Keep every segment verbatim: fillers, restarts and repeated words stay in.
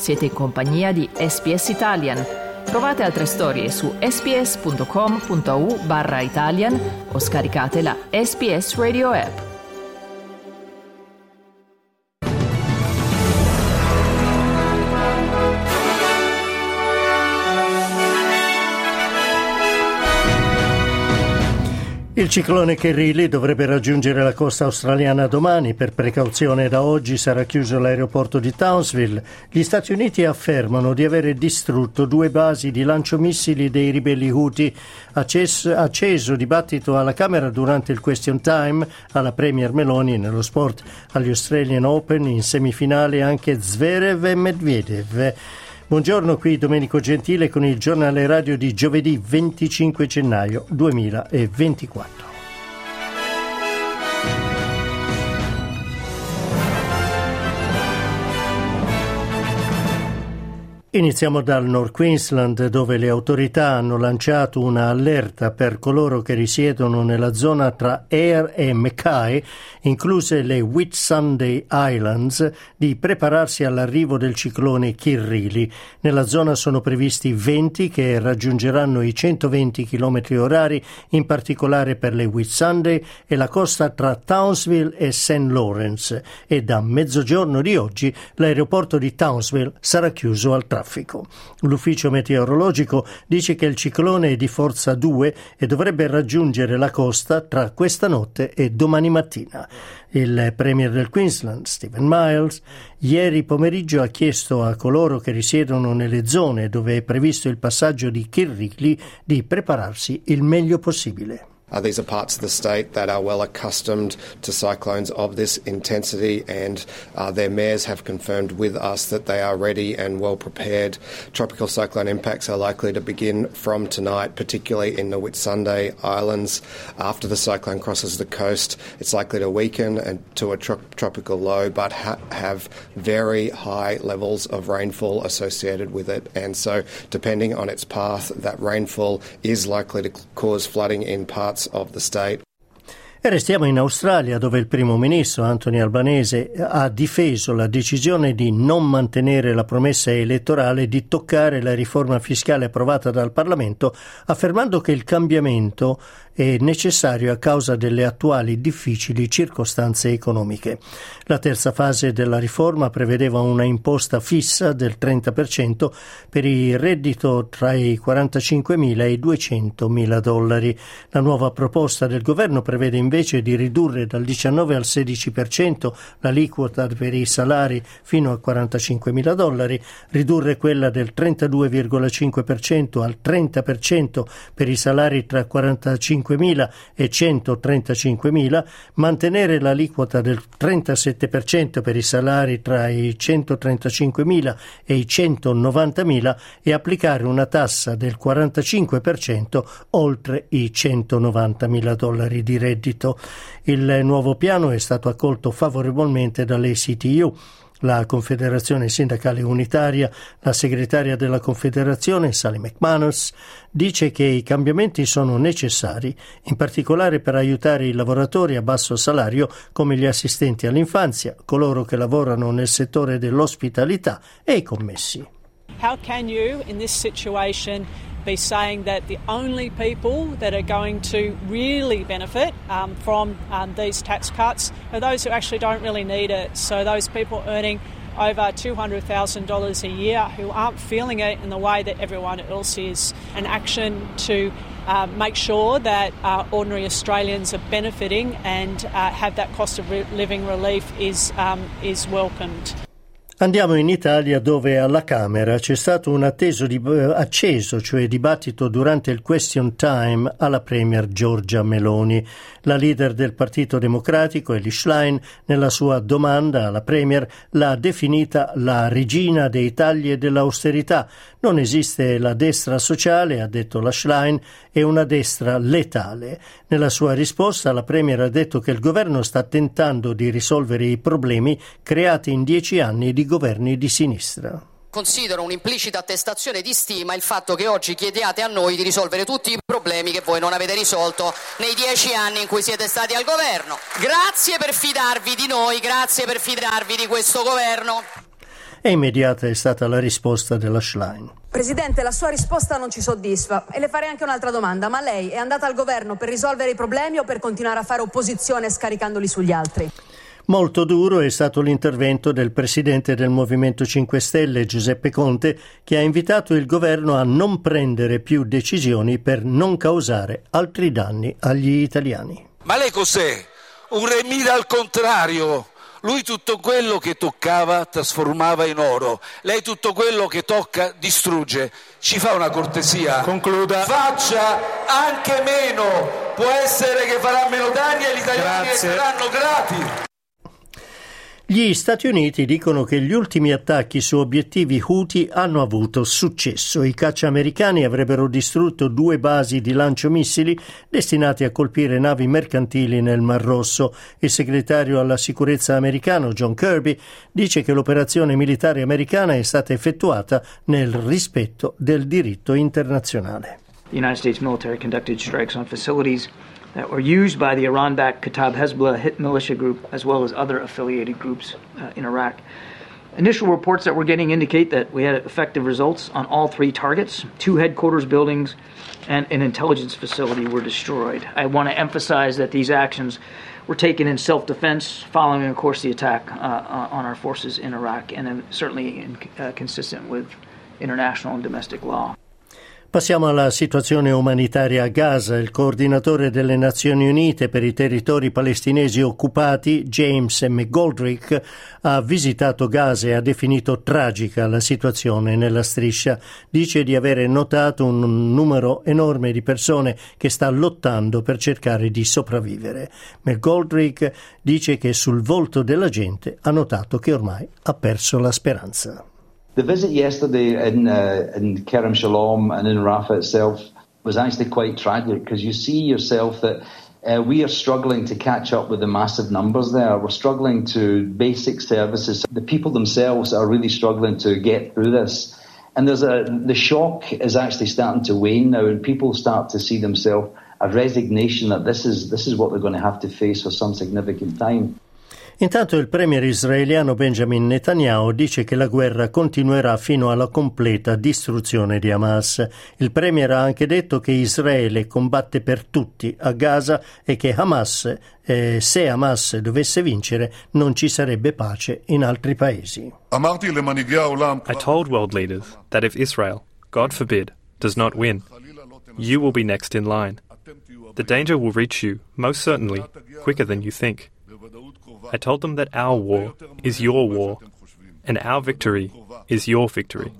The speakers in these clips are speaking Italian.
Siete in compagnia di S B S Italian. Trovate altre storie su sbs.com.au barra Italian o scaricate la S B S Radio app. Il ciclone Kirrily dovrebbe raggiungere la costa australiana domani. Per precauzione da oggi sarà chiuso l'aeroporto di Townsville. Gli Stati Uniti affermano di avere distrutto due basi di lancio missili dei ribelli Houthi. Acceso, acceso dibattito alla Camera durante il question time alla Premier Meloni. Nello sport agli Australian Open in semifinale anche Zverev e Medvedev. Buongiorno, qui Domenico Gentile con il giornale radio di giovedì venticinque gennaio duemilaventiquattro. Iniziamo dal North Queensland, dove le autorità hanno lanciato una allerta per coloro che risiedono nella zona tra Ayr e Mackay, incluse le Whitsunday Islands, di prepararsi all'arrivo del ciclone Kirrily. Nella zona sono previsti venti che raggiungeranno i centoventi chilometri orari, in particolare per le Whitsunday e la costa tra Townsville e Saint Lawrence, e da mezzogiorno di oggi l'aeroporto di Townsville sarà chiuso al traffico. L'ufficio meteorologico dice che il ciclone è di forza due e dovrebbe raggiungere la costa tra questa notte e domani mattina. Il premier del Queensland, Stephen Miles, ieri pomeriggio ha chiesto a coloro che risiedono nelle zone dove è previsto il passaggio di Kirrily di prepararsi il meglio possibile. Uh, these are parts of the state that are well accustomed to cyclones of this intensity, and uh, their mayors have confirmed with us that they are ready and well prepared. Tropical cyclone impacts are likely to begin from tonight, particularly in the Whitsunday Islands. After the cyclone crosses the coast, it's likely to weaken and to a tro- tropical low, but ha- have very high levels of rainfall associated with it. And so, depending on its path, that rainfall is likely to cause flooding in parts of the state. E restiamo in Australia, dove il primo ministro Anthony Albanese ha difeso la decisione di non mantenere la promessa elettorale di toccare la riforma fiscale approvata dal Parlamento, affermando che il cambiamento è necessario a causa delle attuali difficili circostanze economiche. La terza fase della riforma prevedeva una imposta fissa del trenta per cento per il reddito tra i quarantacinquemila e i duecentomila dollari. La nuova proposta del governo prevede invece di ridurre dal diciannove al sedici per cento l'aliquota per i salari fino a quarantacinquemila dollari, ridurre quella del trentadue virgola cinque per cento al trenta per cento per i salari tra quarantacinquemila e centotrentacinquemila, mantenere l'aliquota del trentasette per cento per i salari tra i centotrentacinquemila e i centonovantamila e applicare una tassa del quarantacinque per cento oltre i centonovantamila dollari di reddito. Il nuovo piano è stato accolto favorevolmente dall'A C T U. La Confederazione Sindacale Unitaria, la segretaria della Confederazione, Sally McManus, dice che i cambiamenti sono necessari, in particolare per aiutare i lavoratori a basso salario come gli assistenti all'infanzia, coloro che lavorano nel settore dell'ospitalità e i commessi. How can you, in this situation, be saying that the only people that are going to really benefit um, from um, these tax cuts are those who actually don't really need it? So those people earning over two hundred thousand dollars a year who aren't feeling it in the way that everyone else is. An action to uh, make sure that uh, ordinary Australians are benefiting and uh, have that cost of re- living relief is, um, is welcomed. Andiamo in Italia, dove alla Camera c'è stato un atteso di, eh, acceso, cioè dibattito durante il question time alla Premier Giorgia Meloni. La leader del Partito Democratico, Elly Schlein, nella sua domanda alla Premier l'ha definita la regina dei tagli e dell'austerità. Non esiste la destra sociale, ha detto la Schlein, è una destra letale. Nella sua risposta la Premier ha detto che il governo sta tentando di risolvere i problemi creati in dieci anni di governi di sinistra. Considero un'implicita attestazione di stima il fatto che oggi chiediate a noi di risolvere tutti i problemi che voi non avete risolto nei dieci anni in cui siete stati al governo. Grazie per fidarvi di noi, grazie per fidarvi di questo governo. e immediata è stata la risposta della Schlein. Presidente, la sua risposta non ci soddisfa e le farei anche un'altra domanda, ma lei è andata al governo per risolvere i problemi o per continuare a fare opposizione scaricandoli sugli altri? Molto duro è stato l'intervento del presidente del Movimento cinque Stelle, Giuseppe Conte, che ha invitato il governo a non prendere più decisioni per non causare altri danni agli italiani. Ma lei cos'è? Un re Mida al contrario? Lui tutto quello che toccava trasformava in oro, lei tutto quello che tocca distrugge. Ci fa una cortesia? Concluda. Faccia anche meno, può essere che farà meno danni e gli italiani Grazie. saranno grati. Gli Stati Uniti dicono che gli ultimi attacchi su obiettivi Houthi hanno avuto successo. I caccia americani avrebbero distrutto due basi di lancio missili destinati a colpire navi mercantili nel Mar Rosso. Il segretario alla sicurezza americano John Kirby dice che l'operazione militare americana è stata effettuata nel rispetto del diritto internazionale. The United States military conducted strikes on facilities that were used by the Iran-backed Kataib Hezbollah hit militia group as well as other affiliated groups uh, in Iraq. Initial reports that we're getting indicate that we had effective results on all three targets. Two headquarters buildings and an intelligence facility were destroyed. I want to emphasize that these actions were taken in self-defense following, of course, the attack uh, on our forces in Iraq and then certainly in, uh, consistent with international and domestic law. Passiamo alla situazione umanitaria a Gaza. Il coordinatore delle Nazioni Unite per i territori palestinesi occupati, James McGoldrick, ha visitato Gaza e ha definito tragica la situazione nella striscia. Dice di avere notato un numero enorme di persone che sta lottando per cercare di sopravvivere. McGoldrick dice che sul volto della gente ha notato che ormai ha perso la speranza. The visit yesterday in, uh, in Kerem Shalom and in Rafah itself was actually quite tragic because you see yourself that uh, we are struggling to catch up with the massive numbers there. We're struggling to basic services. The people themselves are really struggling to get through this. And there's a, the shock is actually starting to wane now and people start to see themselves a resignation that this is, this is what they're going to have to face for some significant time. Intanto il premier israeliano Benjamin Netanyahu dice che la guerra continuerà fino alla completa distruzione di Hamas. Il premier ha anche detto che Israele combatte per tutti a Gaza e che Hamas, eh, se Hamas dovesse vincere, non ci sarebbe pace in altri paesi. I told world leaders that if Israel, God forbid, does not win, you will be next in line. The danger will reach you, most certainly, quicker than you think. I told them that our war is your war, and our victory is your victory.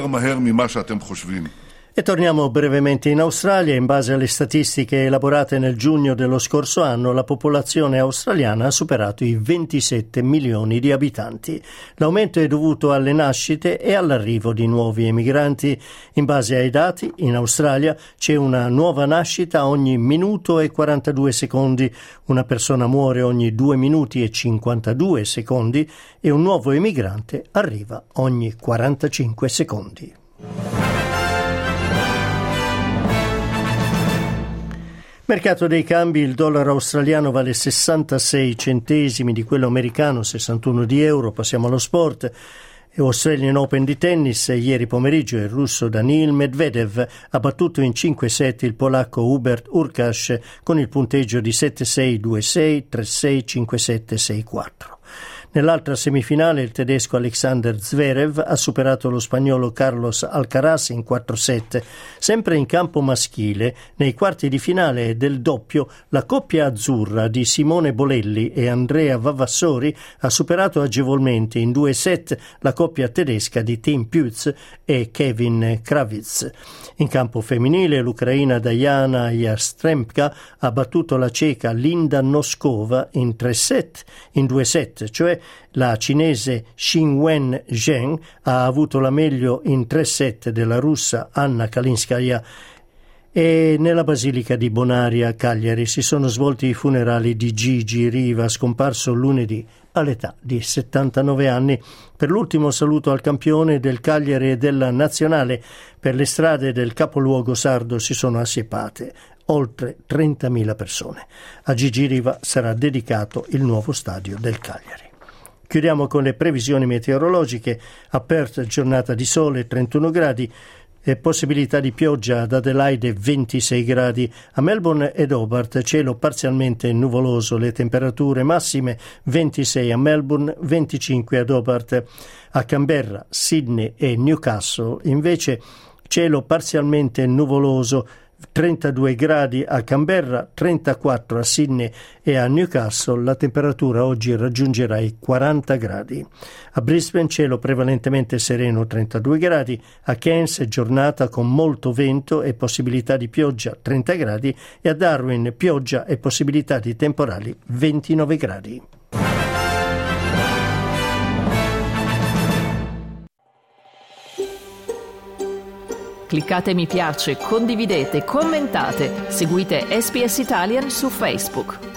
E torniamo brevemente in Australia. In base alle statistiche elaborate nel giugno dello scorso anno, la popolazione australiana ha superato i ventisette milioni di abitanti. L'aumento è dovuto alle nascite e all'arrivo di nuovi emigranti. In base ai dati, in Australia c'è una nuova nascita ogni minuto e quarantadue secondi, una persona muore ogni due minuti e cinquantadue secondi e un nuovo emigrante arriva ogni quarantacinque secondi. Mercato dei cambi, il dollaro australiano vale sessantasei centesimi di quello americano, sessantuno di euro. Passiamo allo sport. Australian Open di tennis, ieri pomeriggio il russo Daniil Medvedev ha battuto in cinque set il polacco Hubert Hurkacz con il punteggio di sette sei, due sei, tre sei, cinque sette, sei quattro. Nell'altra semifinale il tedesco Alexander Zverev ha superato lo spagnolo Carlos Alcaraz in quattro set. Sempre in campo maschile, nei quarti di finale del doppio, la coppia azzurra di Simone Bolelli e Andrea Vavassori ha superato agevolmente in due set la coppia tedesca di Tim Pütz e Kevin Kravitz. In campo femminile l'ucraina Diana Yastremka ha battuto la ceca Linda Noskova in tre set, in due set, cioè la cinese Xinwen Zheng ha avuto la meglio in tre set della russa Anna Kalinskaya. E nella Basilica di Bonaria a Cagliari si sono svolti i funerali di Gigi Riva, scomparso lunedì all'età di settantanove anni. Per l'ultimo saluto al campione del Cagliari e della Nazionale, per le strade del capoluogo sardo si sono assiepate oltre trentamila persone. A Gigi Riva sarà dedicato il nuovo stadio del Cagliari. Chiudiamo con le previsioni meteorologiche. A Perth giornata di sole, trentuno gradi, e possibilità di pioggia. Ad Adelaide ventisei gradi, a Melbourne ed Hobart cielo parzialmente nuvoloso, le temperature massime ventisei a Melbourne, venticinque ad Hobart. A Canberra, Sydney e Newcastle invece cielo parzialmente nuvoloso, trentadue gradi a Canberra, trentaquattro a Sydney e a Newcastle la temperatura oggi raggiungerà i quaranta gradi. A Brisbane cielo prevalentemente sereno, trentadue gradi, a Cairns giornata con molto vento e possibilità di pioggia, trenta gradi, e a Darwin pioggia e possibilità di temporali, ventinove gradi. Cliccate mi piace, condividete, commentate, seguite S B S Italian su Facebook.